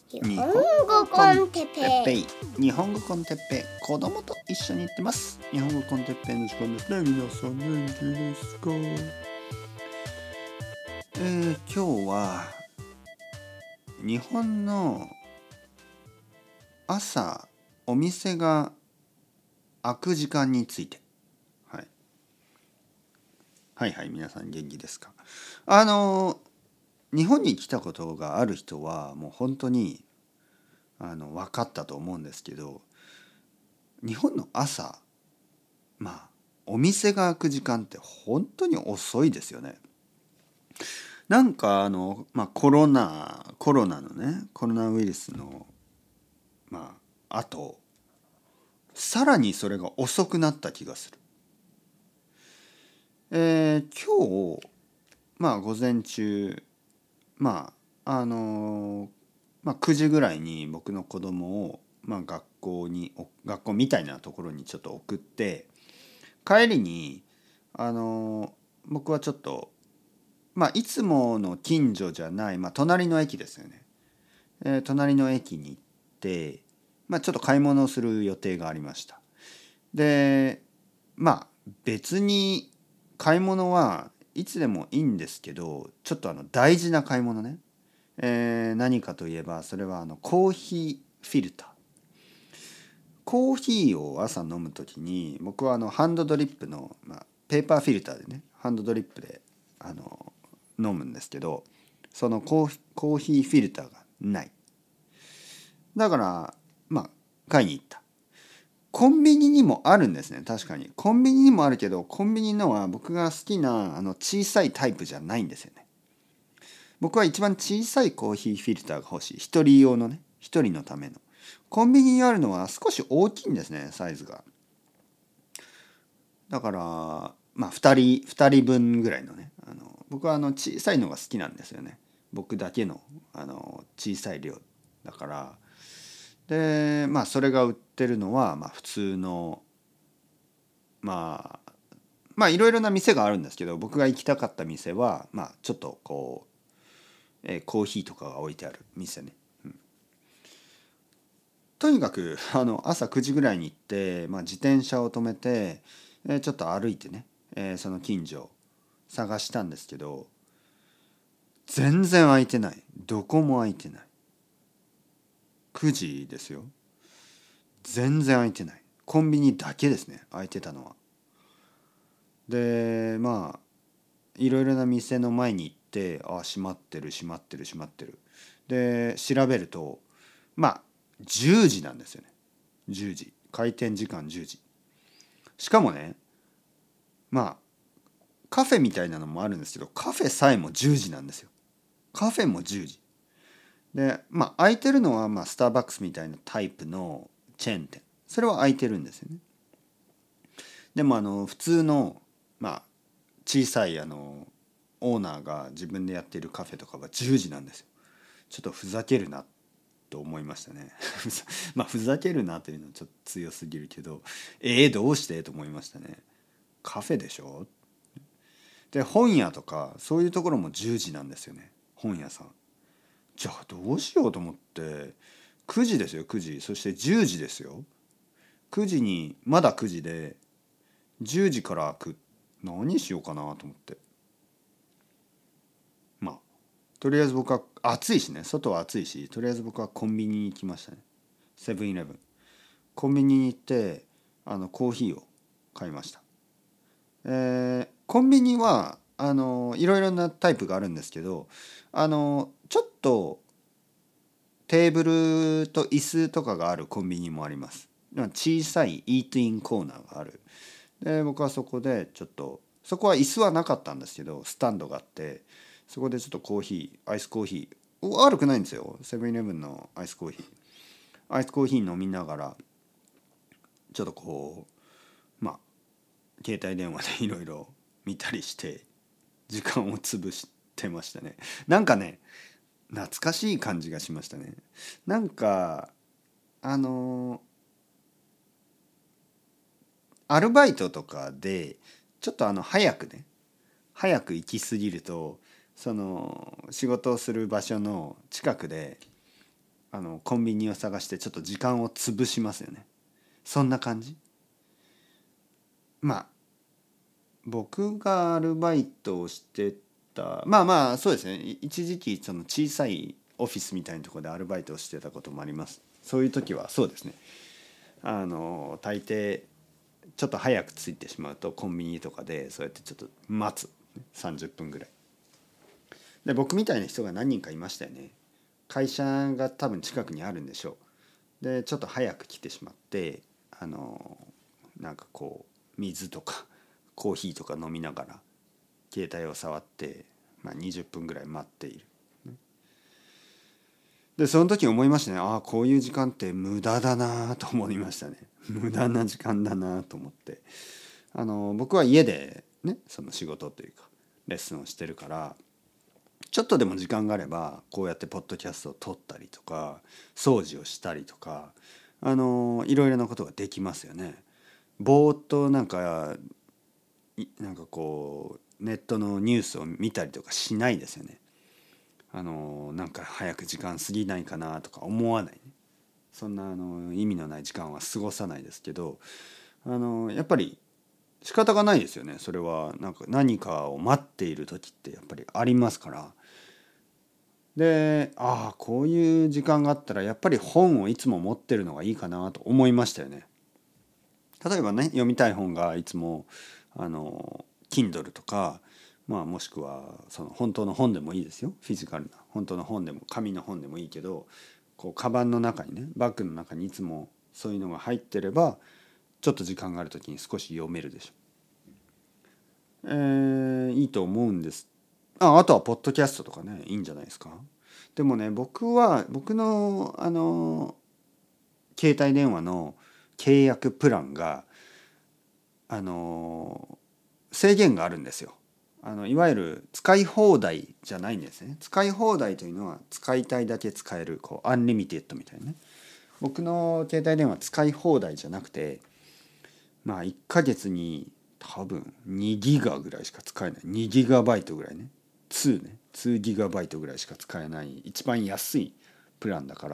日本語コンテッペイ、 日本語コンテッペイ、子供と一緒に行ってます。日本語コンテッペイの時間ですね。皆さん元気ですか？今日は日本の朝お店が開く時間について、はい皆さん元気ですか？日本に来たことがある人はもう本当に分かったと思うんですけど、日本の朝お店が開く時間って本当に遅いですよね。なんかコロナのね、コロナウイルスのあとさらにそれが遅くなった気がする。今日午前中9時ぐらいに僕の子供を学校みたいなところにちょっと送って、帰りに僕はちょっといつもの近所じゃない、隣の駅ですよね。隣の駅に行ってちょっと買い物をする予定がありました。で別に買い物はいつでもいいんですけど、ちょっと大事な買い物ね、何かといえばそれはコーヒーフィルター。コーヒーを朝飲むときに僕はハンドドリップの、ペーパーフィルターでね、ハンドドリップで飲むんですけど、そのコーヒーフィルターがない。だから買いに行った。コンビニにもあるんですね。確かにコンビニにもあるけど、コンビニのは僕が好きな小さいタイプじゃないんですよね。僕は一番小さいコーヒーフィルターが欲しい。一人用のね、一人のための。コンビニにあるのは少し大きいんですね、サイズが。だから2人分ぐらいのね、僕は小さいのが好きなんですよね。僕だけの小さい量だから。でそれが売ってるのは普通のいろいろな店があるんですけど、僕が行きたかった店はちょっとコーヒーとかが置いてある店ね。とにかく朝9時ぐらいに行って、自転車を止めて、ちょっと歩いてね、その近所を探したんですけど、全然空いてない。どこも空いてない。9時ですよ。全然空いてない。コンビニだけですね、空いてたのは。でいろいろな店の前に行って、閉まってる。で調べると10時なんですよね。10時、開店時間10時。しかもね、カフェみたいなのもあるんですけど、カフェさえも10時なんですよ。カフェも10時で、空いてるのはスターバックスみたいなタイプのチェーン店、それは空いてるんですよね。でも普通の小さいオーナーが自分でやっているカフェとかは10時なんですよ。ちょっとふざけるなと思いましたね。ふざけるなというのはちょっと強すぎるけど、どうしてと思いましたね。カフェでしょ。で本屋とかそういうところも10時なんですよね。本屋さん。じゃあどうしようと思って、9時ですよ、9時。そして10時ですよ。9時にまだ9時で10時から開く。何しようかなと思って、とりあえず僕は暑いしね、外は暑いし、とりあえず僕はコンビニに行きましたね。セブンイレブン、コンビニに行ってコーヒーを買いました。コンビニはいろいろなタイプがあるんですけど、ちょっとテーブルと椅子とかがあるコンビニもあります。小さいイートインコーナーがある。で僕はそこでちょっと、そこは椅子はなかったんですけどスタンドがあって、そこでちょっとアイスコーヒー、悪くないんですよ、セブンイレブンのアイスコーヒー飲みながら、ちょっと携帯電話でいろいろ見たりして時間を潰してましたね。なんかね、懐かしい感じがしましたね。なんかアルバイトとかでちょっと早く行き過ぎると、その仕事をする場所の近くでコンビニを探してちょっと時間を潰しますよね。そんな感じ。まあ僕がアルバイトをしてた、そうですね、一時期その小さいオフィスみたいなところでアルバイトをしてたこともあります。そういう時はそうですね、大抵ちょっと早く着いてしまうとコンビニとかでそうやってちょっと待つ30分ぐらいで、僕みたいな人が何人かいましたよね。会社が多分近くにあるんでしょう。でちょっと早く来てしまってなんかこう水とかコーヒーとか飲みながら携帯を触って、20分ぐらい待っている。でその時思いましたね。ああこういう時間って無駄だなと思いましたね。無駄な時間だなと思って、僕は家でねその仕事というかレッスンをしてるから、ちょっとでも時間があればこうやってポッドキャストを撮ったりとか掃除をしたりとかいろいろなことができますよね。ぼーっとなんかこうネットのニュースを見たりとかしないですよね。なんか早く時間過ぎないかなとか思わないね。そんな意味のない時間は過ごさないですけど、やっぱり仕方がないですよね。それはなんか何かを待っている時ってやっぱりありますから。でこういう時間があったらやっぱり本をいつも持ってるのがいいかなと思いましたよね。例えばね読みたい本がいつもKindle とか、もしくはその本当の本でもいいですよ。フィジカルな本当の本でも紙の本でもいいけど、こうカバンの中にねバッグの中にいつもそういうのが入ってればちょっと時間がある時に少し読めるでしょう。いいと思うんです。あとはポッドキャストとかねいいんじゃないですか。でもね僕の携帯電話の契約プランが制限があるんですよ。いわゆる使い放題じゃないんですね。使い放題というのは使いたいだけ使えるこうアンリミテッドみたいなね。僕の携帯電話使い放題じゃなくて1ヶ月に多分2ギガぐらいしか使えない。2ギガバイトぐらいね。2ギガバイトぐらいしか使えない一番安いプランだから、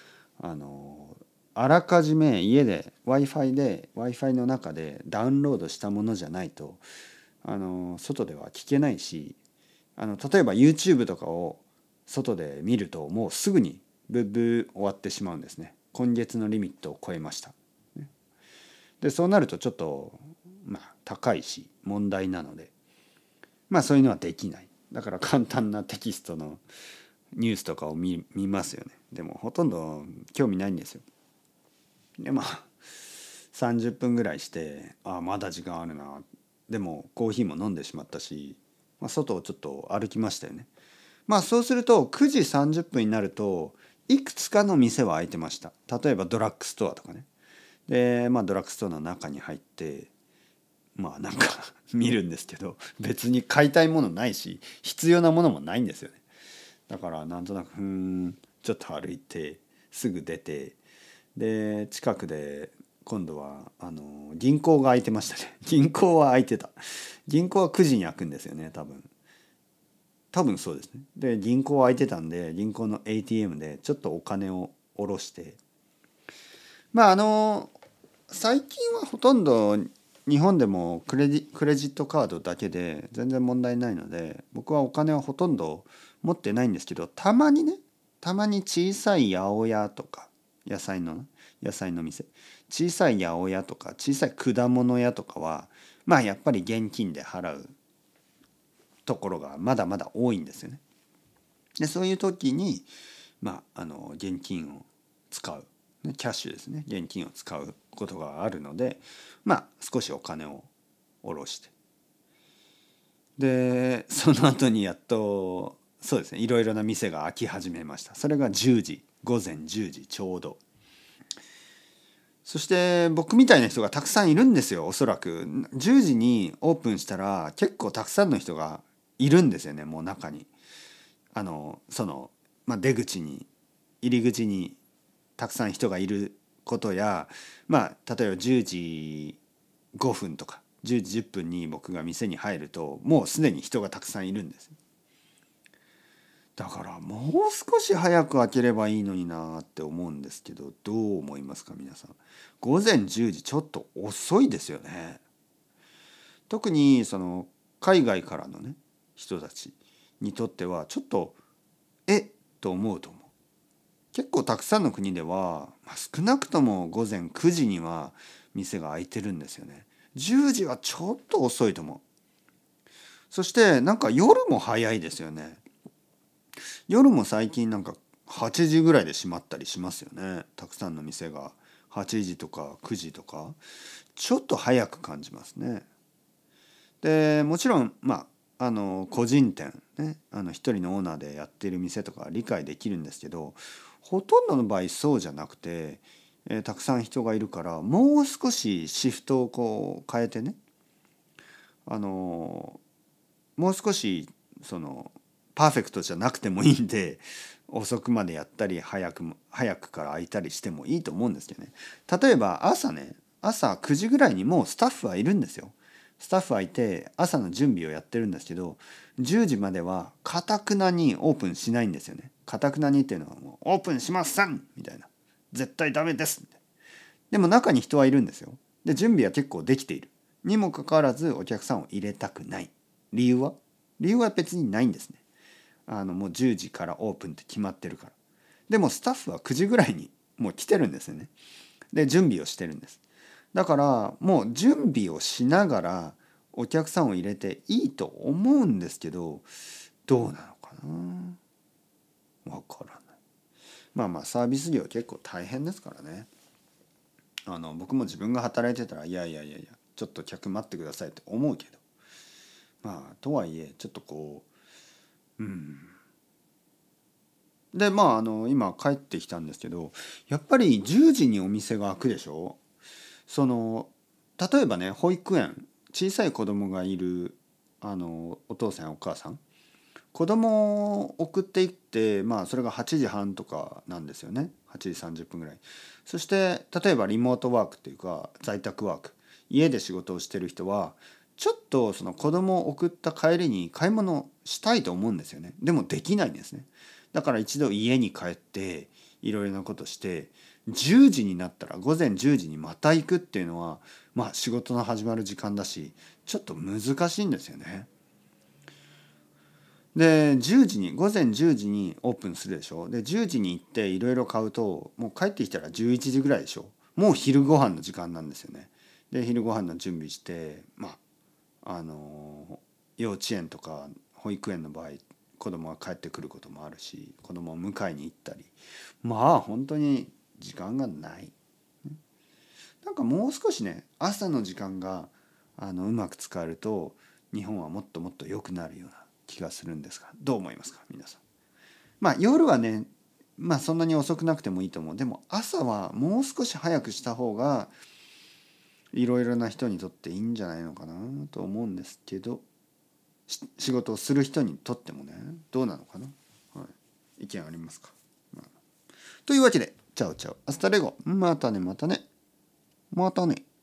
あらかじめ家で Wi-Fi の中でダウンロードしたものじゃないと外では聞けないし、例えば YouTube とかを外で見るともうすぐにブッブー終わってしまうんですね。今月のリミットを超えました。でそうなるとちょっと高いし問題なのでそういうのはできない。だから簡単なテキストのニュースとかを見ますよね。でもほとんど興味ないんですよ。で30分ぐらいしてまだ時間あるな。でもコーヒーも飲んでしまったし、外をちょっと歩きましたよね。そうすると9時30分になるといくつかの店は開いてました。例えばドラッグストアとかね。でドラッグストアの中に入ってなんか見るんですけど、別に買いたいものないし必要なものもないんですよね。だからなんとなくちょっと歩いてすぐ出て、で近くで今度は銀行が開いてましたね。銀行は開いてた。銀行は9時に開くんですよね多分そうですね。で銀行は開いてたんで銀行の ATM でちょっとお金を下ろして、最近はほとんど日本でもクレジットカードだけで全然問題ないので、僕はお金はほとんど持ってないんですけど、たまに小さい八百屋とか野菜の店、小さい八百屋とか小さい果物屋とかはやっぱり現金で払うところがまだまだ多いんですよね。でそういう時に現金を使う、キャッシュですね、現金を使うことがあるので少しお金を下ろして、でその後にやっとそうですねいろいろな店が開き始めました。それが午前10時ちょうど。そして僕みたいな人がたくさんいるんですよ。おそらく10時にオープンしたら結構たくさんの人がいるんですよね。もう中に出口に入り口にたくさん人がいることや、例えば10時5分とか10時10分に僕が店に入るともうすでに人がたくさんいるんです。 だからもう少し早く開ければいいのになって思うんですけど、どう思いますか皆さん。午前10時ちょっと遅いですよね。特にその海外からのね人たちにとってはちょっとと思うと思う。結構たくさんの国では、少なくとも午前9時には店が開いてるんですよね。10時はちょっと遅いと思う。そしてなんか夜も早いですよね。夜も最近なんか8時ぐらいで閉まったりしますよね。たくさんの店が8時とか9時とかちょっと早く感じますね。でもちろん個人店ね、一人のオーナーでやっている店とか理解できるんですけど、ほとんどの場合そうじゃなくて、たくさん人がいるからもう少しシフトをこう変えてね、もう少しそのパーフェクトじゃなくてもいいんで、遅くまでやったり早くから空いたりしてもいいと思うんですけどね。例えば朝9時ぐらいにもうスタッフはいるんですよ。スタッフはいて朝の準備をやってるんですけど、10時までは堅くなにオープンしないんですよね。堅くなにっていうのはもうオープンしませんみたいな、絶対ダメですみたいな。でも中に人はいるんですよ。で準備は結構できているにもかかわらずお客さんを入れたくない。理由は別にないんですね。もう10時からオープンって決まってるから。でもスタッフは9時ぐらいにもう来てるんですよね。で準備をしてるんです。だからもう準備をしながらお客さんを入れていいと思うんですけど、どうなのかな、わからない。サービス業結構大変ですからね。僕も自分が働いてたらいやちょっと客待ってくださいって思うけど、とはいえちょっとこうで今帰ってきたんですけど、やっぱり10時にお店が開くでしょ。例えばね、保育園、小さい子供がいるお父さんお母さん、子供を送っていって、それが8時半とかなんですよね。8時30分ぐらい。そして例えばリモートワークっていうか在宅ワーク、家で仕事をしてる人はちょっとその子供を送った帰りに買い物したいと思うんですよね。でもできないんですね。だから一度家に帰っていろいろなことして10時になったら午前10時にまた行くっていうのは仕事の始まる時間だしちょっと難しいんですよね。で午前10時にオープンするでしょ。で10時に行っていろいろ買うともう帰ってきたら11時ぐらいでしょ。もう昼ご飯の時間なんですよね。で昼ご飯の準備して幼稚園とか保育園の場合子供が帰ってくることもあるし、子供を迎えに行ったり本当に時間がない。なんかもう少しね朝の時間がうまく使えると日本はもっともっと良くなるような気がするんですが、どう思いますか皆さん。夜はねそんなに遅くなくてもいいと思う。でも朝はもう少し早くした方がいろいろな人にとっていいんじゃないのかなと思うんですけど、仕事をする人にとってもねどうなのかな、意見ありますか。というわけでチャオチャオアスタレゴ、またね。